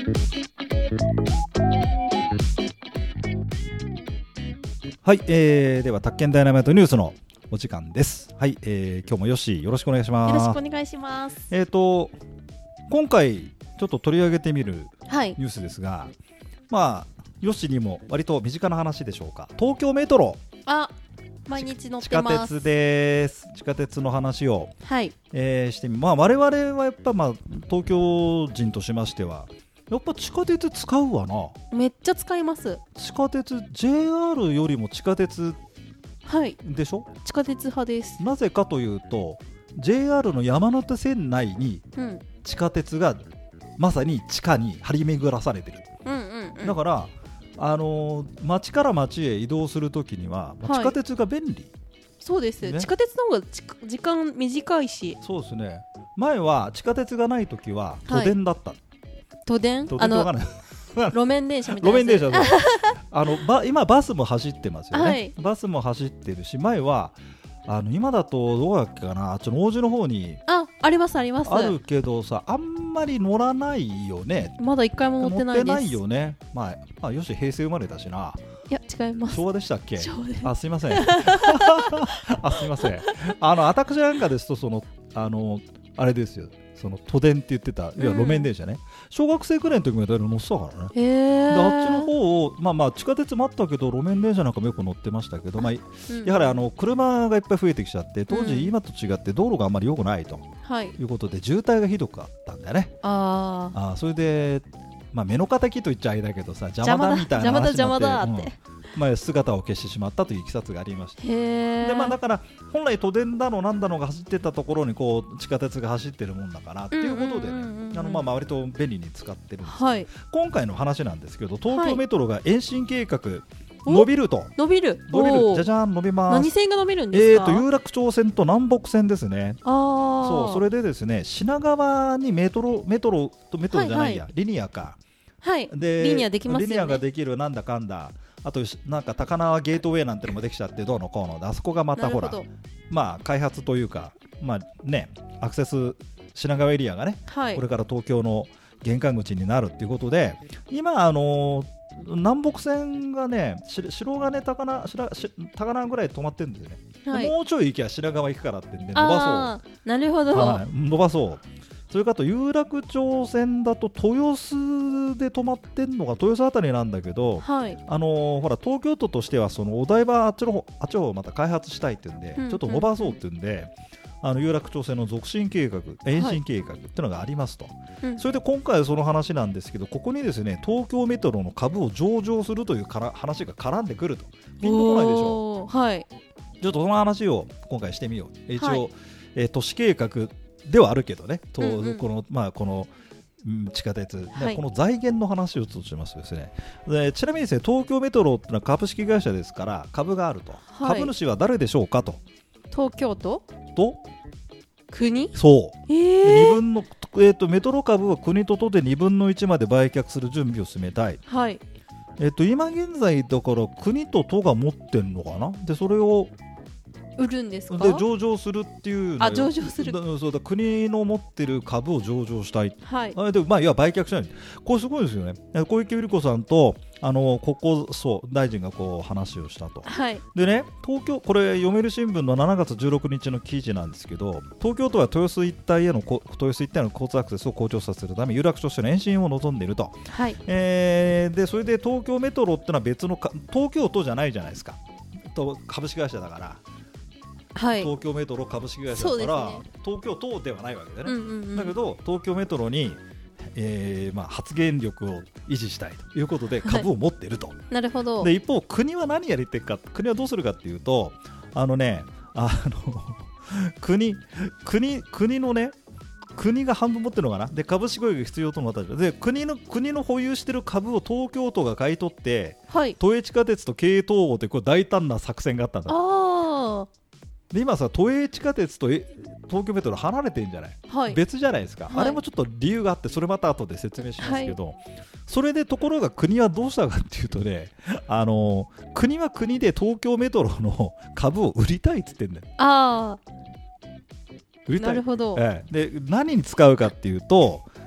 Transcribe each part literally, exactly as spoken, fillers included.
はい、えー、では宅建ダイナマイトニュースのお時間です。はい、えー、今日もヨッシーよろしくお願いします。 よろしくお願いします。 えーと今回ちょっと取り上げてみるはい、 ニュースですが、まあヨッシーにも割と身近な話でしょうか。東京メトロ、 あ、毎日乗っ地てます。 下鉄です。地下鉄の話を、 はい、 えー、してみ、まあ我々はやっぱ、まあ、東京人としましてはやっぱ地下鉄使うわな。 めっちゃ使います。 地下鉄 ジェイアール よりも地下鉄はい、 でしょ。 地下鉄派です。 なぜかというと ジェイアール の山手線内にうん地下鉄がまさに地下に張り巡らされてる、 うんうんうん、 だからあのー、町から町へ移動するときには、まあはい、 地下鉄が便利。 そうです、ね、地下鉄の方がち時間短いし。そうですね。前は地下鉄がないときは都電だった、はい、 都電、 都電とわかんない路面電車みたいな。 路面電車そうあのバ今バスも走ってますよね、 はい、 バスも走ってるし、前はあの今だとどうだっけかな、ちょっと王子の方にあありますありますあるけどさ、あんまり乗らないよね。 まだ一回も乗ってないです。 乗ってないよね。まあ、まあ、よし平成生まれだしな。 いや違います。 昭和でしたっけ。 昭和です。 あ、すいませんあ、すいません。あの私なんかですとそのあのあれですよ、その都電って言ってた、いや路面電車ね、うん、小学生くらいの時も乗ってたからね。 へー。 であっちの方を、まあ、まあ地下鉄もあったけど路面電車なんかもよく乗ってましたけど、まあ、うん、やはりあの車がいっぱい増えてきちゃって、当時、うん、今と違って道路があんまり良くないと、はい、いうことで渋滞がひどくあったんだよね。ああ、それで、まあ、目の敵と言っちゃあれだけどさ、邪魔だみたいな話になって、邪魔だ邪魔だって、うんまあ、姿を消してしまったといういきさつがありました。で、まあ、だから本来都電だのなんだのが走ってたところにこう地下鉄が走ってるもんだからっていうことでね、あのまあ割と便利に使ってるんです、はい、今回の話なんですけど、東京メトロが延伸計画、はい、伸びると伸びる伸びるじゃじゃん伸びます。 何線が伸びるんですか。 えーと有楽町線と南北線ですね。 あそう、それでですね、品川にメトロメトロとメトロじゃないや、はいはい、リニアか、 はい、でリニアできますよね。 リニアができるなんだかんだ、あとなんか高輪ゲートウェイなんてのもできちゃってどうのこうので、あそこがまたほらまあ開発というか、まあね、アクセス品川エリアがね、はい、これから東京の玄関口になるっていうことで、今あのー南北線がね、白金高輪高輪ぐらい止まってるんですよね、はい、もうちょい行きゃ品川行くからってんで伸ばそう。 なるほど、 はい、伸ばそう。それからと有楽町線だと豊洲で止まってんのが豊洲あたりなんだけど、はい、あのー、ほら東京都としてはそのお台場あっちの方あっちの方をまた開発したいっていうんで、うんうん、ちょっと伸ばそうっていうんで、あの有楽町線の続進計画、延伸計画っていうのがありますと、はい、それで今回はその話なんですけど、ここにですね東京メトロの株を上場するというから話が絡んでくると。ピンとこないでしょ。はい、ちょっとその話を今回してみよう。一応、はい、えー、都市計画ではあるけどね、とうんうん、このまあこの地下鉄、はい、この財源の話をとしますとですね、でちなみにですね、東京メトロってのは株式会社ですから株があると、はい、株主は誰でしょうかと。 東京都と国。 そう、 えー、 にぶんの、えー、とメトロ株は国と都でにぶんのいちまで売却する準備を進めたい、はい、えー、と今現在だから国と都が持ってるのかな。でそれを売るんですか。 で上場するっていうの。 あ、上場する。 だそうだ、国の持ってる株を上場したい、はい、あでまあ、いや売却しない。これすごいですよね。小池百合子さんとあの国交そう大臣がこう話をしたと、はい、でね、東京これ読売新聞のしちがつじゅうろくにちの記事なんですけど、東京都は豊洲一帯への豊洲一帯の交通アクセスを向上させるため有楽町市の延伸を望んでいると、はい、えー、でそれで東京メトロってのは別のか東京都じゃないじゃないですか、と株式会社だから、はい、東京メトロ株式会社だから、ね、東京都ではないわけだね、うんうんうん、だけど東京メトロに、えーまあ、発言力を維持したいということで株を持っていると、はい、なるほど。で一方国は何やりてるか、国はどうするかっていうと、あのねあの国国国のね国が半分持ってるのかな。で株式保有が必要との私で国の国の保有している株を東京都が買い取って、はい、都営地下鉄と経営統合ってこれ大胆な作戦があったんだ。あで今さ都営地下鉄と東京メトロ離れてるんじゃない、はい、別じゃないですか、はい、あれもちょっと理由があってそれまた後で説明しますけど、はい、それでところが国はどうしたかっていうとね、あの国は国で東京メトロの株を売りたいっつってんだよ。あ売りたい。なるほど、ええ、で何に使うかっていうと、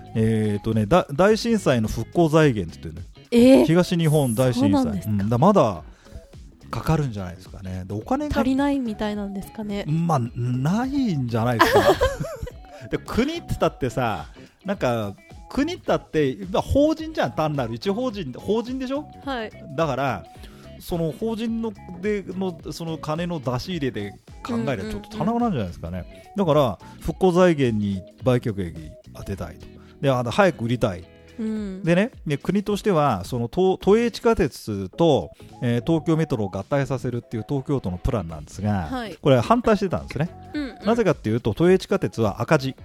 えーとね、だ大震災の復興財源って言ってるね、えー、東日本大震災、うん、だまだかかるんじゃないですかね。でお金が足りないみたいなんですかね。 まあないんじゃないですかで国ってたってさ、なんか国ってって、まあ、法人じゃん、単なる一法人法人でしょ、 はい、 だからその法人のでのその金の出し入れで考えればちょっと棚なんじゃないですかね、うんうんうん、だから復興財源に売却益当てたいと、であの早く売りたい、うん、でね、で国としてはその都都営地下鉄と、えー、東京メトロを合体させるっていう東京都のプランなんですが、はい、これは反対してたんですね、うんうん、なぜかっていうと都営地下鉄は赤字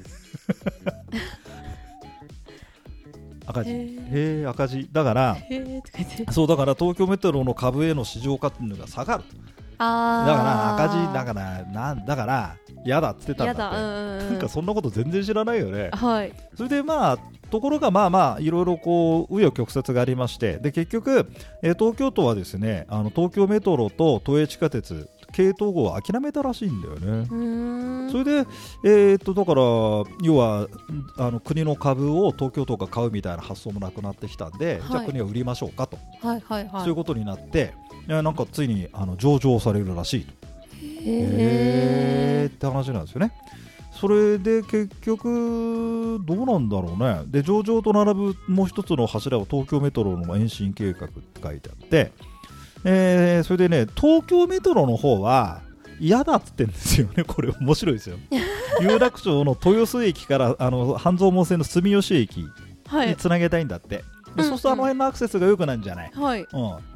赤字、へー赤字だから、そうだから東京メトロの株への市場価値が下がる、あだから赤字だからなんだから嫌だって言ってたんだって、なんかそんなこと全然知らないよね、はい、それでまあところがまあまあいろいろこう紆余曲折がありまして、で結局、えー、東京都はですね、あの東京メトロと都営地下鉄系統合を諦めたらしいんだよね。うーん、それで、えー、っとだから要はあの国の株を東京都が買うみたいな発想もなくなってきたんで、はい、じゃあ国は売りましょうかと、はいはいはい、そういうことになって、なんかついにあの上場されるらしいと、へーって話なんですよね。それで結局どうなんだろうね。で上場と並ぶもう一つの柱は東京メトロの延伸計画って書いてあって、えー、それでね東京メトロの方は嫌だっつってんですよね。これ面白いですよ有楽町の豊洲駅からあの半蔵門線の住吉駅につなげたいんだって、はい、でそうするとあの辺のアクセスが良くなるんじゃない、はい、うん、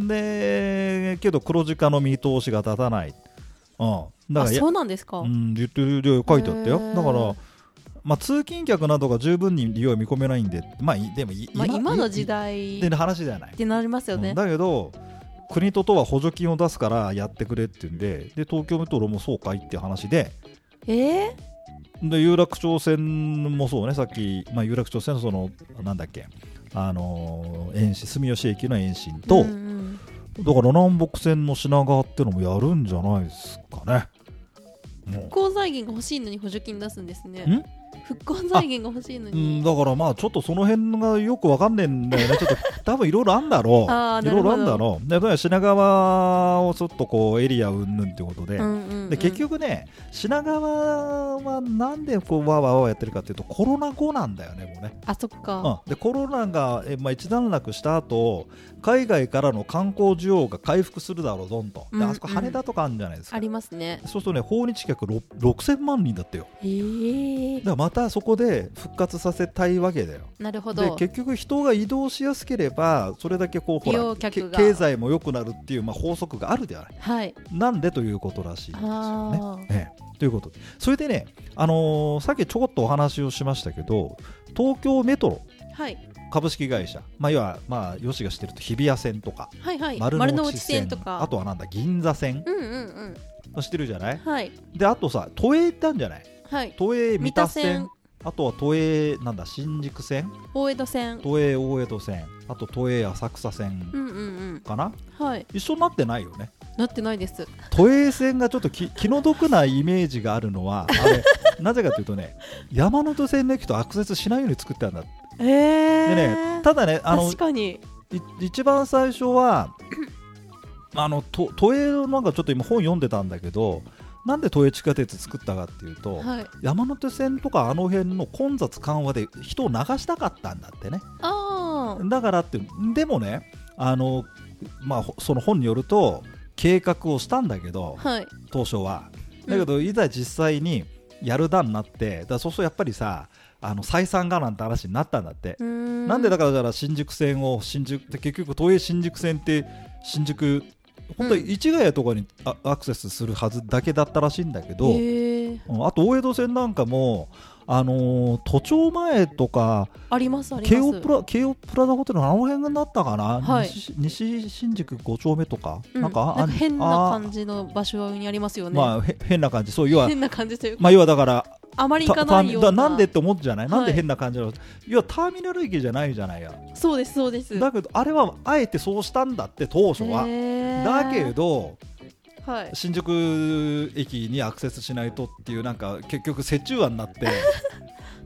でけど黒字化の見通しが立たない、うん、だからあそうなんですか、 うん、言ってる書いてあったよ。だからまあ、通勤客などが十分に利用は見込めないんで、まあ、でも今、まあ、今の時代で話じゃないってなりますよね、 うん、だけど国と都は補助金を出すからやってくれって言うんで、で東京メトロもそうかいって話で、えー、で有楽町線もそうね、さっき、まあ、有楽町線のそのなんだっけ、あのー、延伸住吉駅の延伸と、うんうん、だから南北線の品川ってのもやるんじゃないですかね。 復興財源が欲しいのに補助金出すんですね。ん復興財源が欲しいのに、 うん、だからまあちょっとその辺がよくわかんねえんだよね。ちょっと多分いろいろあんだろうあいろいろあんだろう。で品川をちょっとこうエリアうんぬんってことで、うんうんうん、で結局ね品川はなんでこうわーわーわーやってるかっていうとコロナ後なんだよねもうね。 あそっか、 うん、でコロナがえ、まあ、一段落した後海外からの観光需要が回復するだろうどんと、であそこ羽田とかあるんじゃないですか、 うんうん、ありますね。 そうするとね訪日客ろくせんまんにんだってよ。へー、だからまたそこで復活させたいわけだよ。 なるほど。 で結局人が移動しやすければそれだけこうほら経済も良くなるっていう、まあ、法則があるではない、はい、なんでということらしいんですよね。ええ、ということでそれでね、あのー、さっきちょこっとお話をしましたけど東京メトロ、はい、株式会社、まあ、要は、まあ、よしが知ってると日比谷線とか、はいはい、丸の内線とか、あとはなんだ銀座線、うんうんうん、知ってるじゃない、はい、であとさ都営ってあるんじゃない、はい、都営三田線、あとは都営なんだ新宿線、 大江戸線、 都営大江戸線、あと都営浅草線かな、うんうんうん、はい、一緒になってないよね。 なってないです。 都営線がちょっとき気の毒なイメージがあるのはあれなぜかというとね山手線の駅とアクセスしないように作ってあるんだ。えー、でねただねあの確かに一番最初はあの都都営のなんかちょっと今本読んでたんだけど、なんで都営地下鉄作ったかっていうと、はい、山手線とかあの辺の混雑緩和で人を流したかったんだってね。あだからってでもねあの、まあ、その本によると計画をしたんだけど、はい、当初はだけど、うん、いざ実際にやる段になってだからそうするとやっぱりさあの採算がなんて話になったんだって。うーんなんでだからじゃあ新宿線を新宿って結局都営新宿線って新宿本当に市ヶ谷とかにアクセスするはずだけだったらしいんだけど、うん、あと大江戸線なんかも、あのー、都庁前とかありますあります京王プラ、京王プラザホテルのあの辺になったかな、はい、西, 西新宿ご丁目とか、 うん、 なんかなんか変な感じの場所にありますよね。 まあ、変な感じそう要は変な感じというか、 まあ、要はだからあまり行かないようななんでって思ってじゃない、はい、なんで変な感じなの、要はターミナル駅じゃないじゃないや。 そうですそうです。 だけどあれはあえてそうしたんだって当初は。だけど、はい、新宿駅にアクセスしないとっていうなんか結局折衷案になって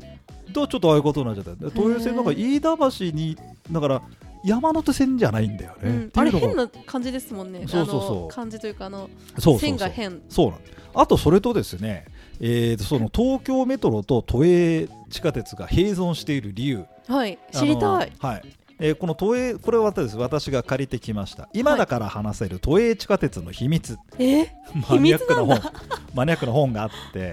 とちょっとああいうことになっちゃった。東映線なんか飯田橋にだから山手線じゃないんだよね、うん、 あれ変な感じですもんね。 そうそうそう、 あの感じというかあのそうそうそう線が変。 そうなん。あとそれとですね、えー、その東京メトロと都営地下鉄が併存している理由、 はい知りたい。 はい、えー、この都営、これは私、私が借りてきました。今だから話せる都営地下鉄の秘密、 はい、えマニアックな本マニアックな本があって、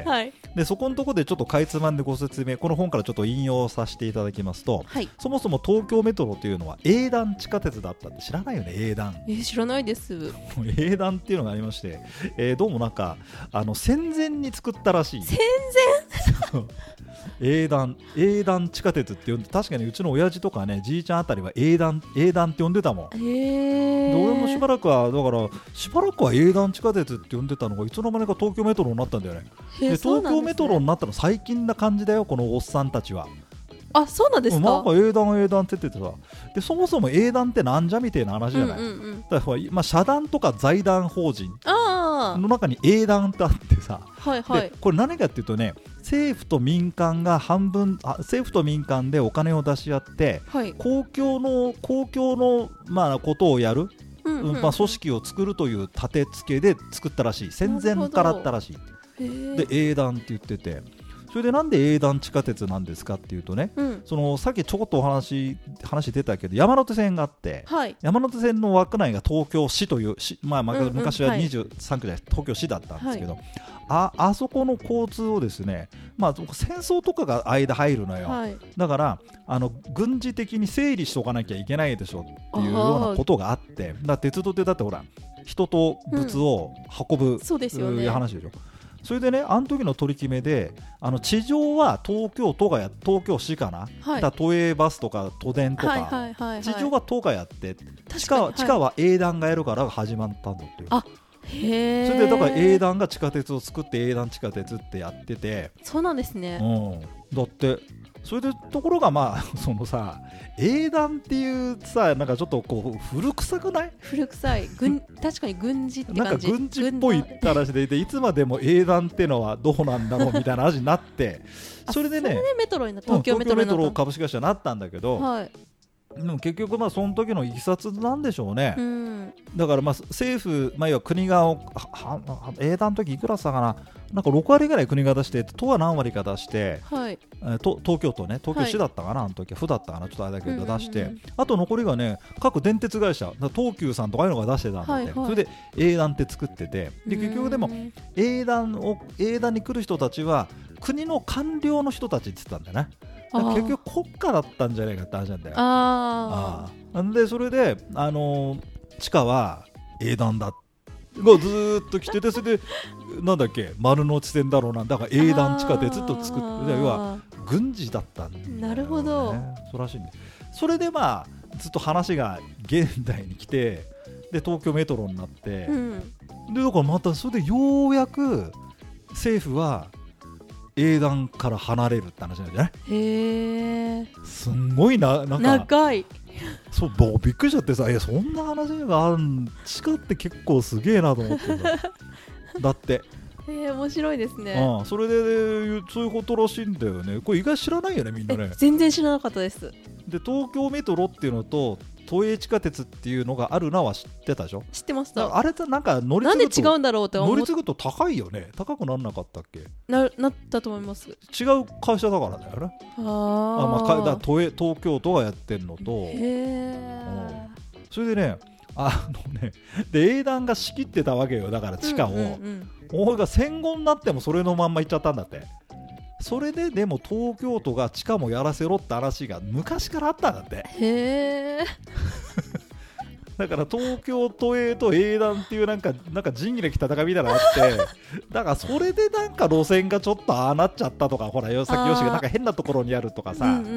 はい、 でそこのところでちょっとかいつまんでご説明、この本からちょっと引用させていただきますと、はい、そもそも東京メトロというのは営団地下鉄だったって知らないよね。営団、 えー、知らないです。 営団っていうのがありまして、えー、どうもなんかあの戦前に作ったらしい。 戦前営団、営団地下鉄って呼んで、確かにうちの親父とかね、じいちゃんあたりは営団、営団って呼んでたもん。へー。で俺もしばらくはだからしばらくは営団地下鉄って呼んでたのがいつの間にか東京メトロになったんだよね。で東京メトロになったの最近な感じだよ、このおっさんたちは。 あ、そうなんですか。 なんか営団営団って言っててさ、でそもそも営団ってなんじゃみたいな話じゃない、うんうんうん、だから、まあ、社団とか財団法人の中に営団ってあってさ、はいはい、でこれ何かっていうとね、政府と民間が半分、あ政府と民間でお金を出し合って、はい、公共の公共の、まあ、ことをやる、うんうんうん、まあ、組織を作るという立て付けで作ったらしい。戦前からあったらしい。で営団って言ってて、それでなんで営団地下鉄なんですかっていうとね、うん、そのさっきちょこっとお話話出たけど山手線があって、はい、山手線の枠内が東京市という市、まあ、昔はにじゅうさんくで東京市だったんですけど、はい、あ, あそこの交通をですね、まあ、戦争とかが間入るのよ、はい、だからあの軍事的に整理しておかなきゃいけないでしょっていうようなことがあって、だ鉄道ってだってほら人と物を運ぶ、うん、そうですよね、話でしょ。それでね、あの時の取り決めで、あの地上は東京都がや東京市かな、はい、だ都営バスとか都電とか、はいはいはいはい、地上は都がやって、地下は、地下は営団がやるから始まったんだっていう。あ、へー。それでだから営団が地下鉄を作って営団地下鉄ってやってて。 そうなんですね、 うん、だってそれでところがまあそのさ、営団っていうさ、なんかちょっとこう古臭くない？ 古臭い、軍確かに軍事って感じ、 なんか軍事っぽい話でいて、いつまでも営団ってのはどうなんだろうみたいな話になってそれでね、 それでメトロになった、東京メトロになった、 東京メトロ株式会社になったんだけど、はい、でも結局まあその時のいきさつなんでしょうね、うん、だからまあ政府、まあ、要は国が営団の時いくらしたかな、なんかろくわりぐらい国が出して、都は何割か出して、はい、えー、と東京都ね、東京市だったかな、はい、あの時は府だったかな、ちょっとあれだけど出して、うんうんうん、あと残りがね、各電鉄会社、東急さんとかいうのが出してたんで、はいはい、それで営団って作ってて、で結局でも営団を営団に来る人たちは国の官僚の人たちって言ってたんだよね。結局国家だったんじゃないかって話なんだよ。ああでそれで、あのー、地下は営団だがずーっと来てて、それでなんだっけ、丸ノ内線だろうな、だから営団地下鉄と作って、要は軍事だったんだよね。 なるほど、 そうらしいんです。それでまあずっと話が現代に来て、で東京メトロになって、うん、でだからまたそれでようやく政府は営団から離れるって話なんじゃない？へー、すんごいな、なんか長い。 そう、びっくりしちゃってさ、いやそんな話があるん、地下って結構すげえなと思ってさだってえー、面白いですね。 ああ、それでそういうことらしいんだよね。これ意外知らないよね、みんなね。 全然知らなかったです。 で東京メトロっていうのと都営地下鉄っていうのがあるのは知ってたでしょ？ 知ってました。 あれってなんか乗り継ぐと、 なんで違うんだろうって思っ乗り継ぐと高いよね。高くならなかったっけ？ な, なったと思います。 違う会社だからだよね。ああ、まあ、だ都営東京都がやってるのと、へー、うん、それでね、あのね、で営団が仕切ってたわけよ。だから地下を、うんうんうん、俺が戦後になってもそれのまんま行っちゃったんだって。それででも東京都が地下もやらせろって話が昔からあったんだって。へーだから東京都営と営団っていうなんかなんか仁義なき戦いみたいなのがあってだからそれでなんか路線がちょっとああなっちゃったとか、ほらさっきよしがなんか変なところにあるとかさ、うんうんうん、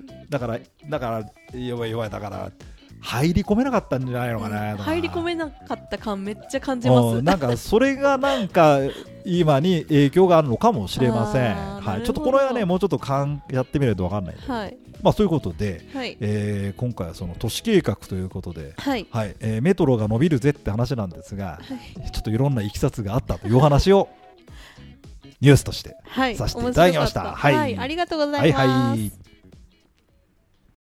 だからだから弱い弱いだから入り込めなかったんじゃないのかな、うん、 入り込めなかった感めっちゃ感じます。 なんかそれがなんか今に影響があるのかもしれません。はい、ちょっとこれはねもうちょっとかんやってみないと分かんない、はい、まあ、そういうことで、はい、えー、今回はその都市計画ということで、はいはい、えー、メトロが伸びるぜって話なんですが、はい、ちょっといろんないきさつがあったというお話をニュースとしてさせていただきました。 はい、はい、ありがとうございます。はいはい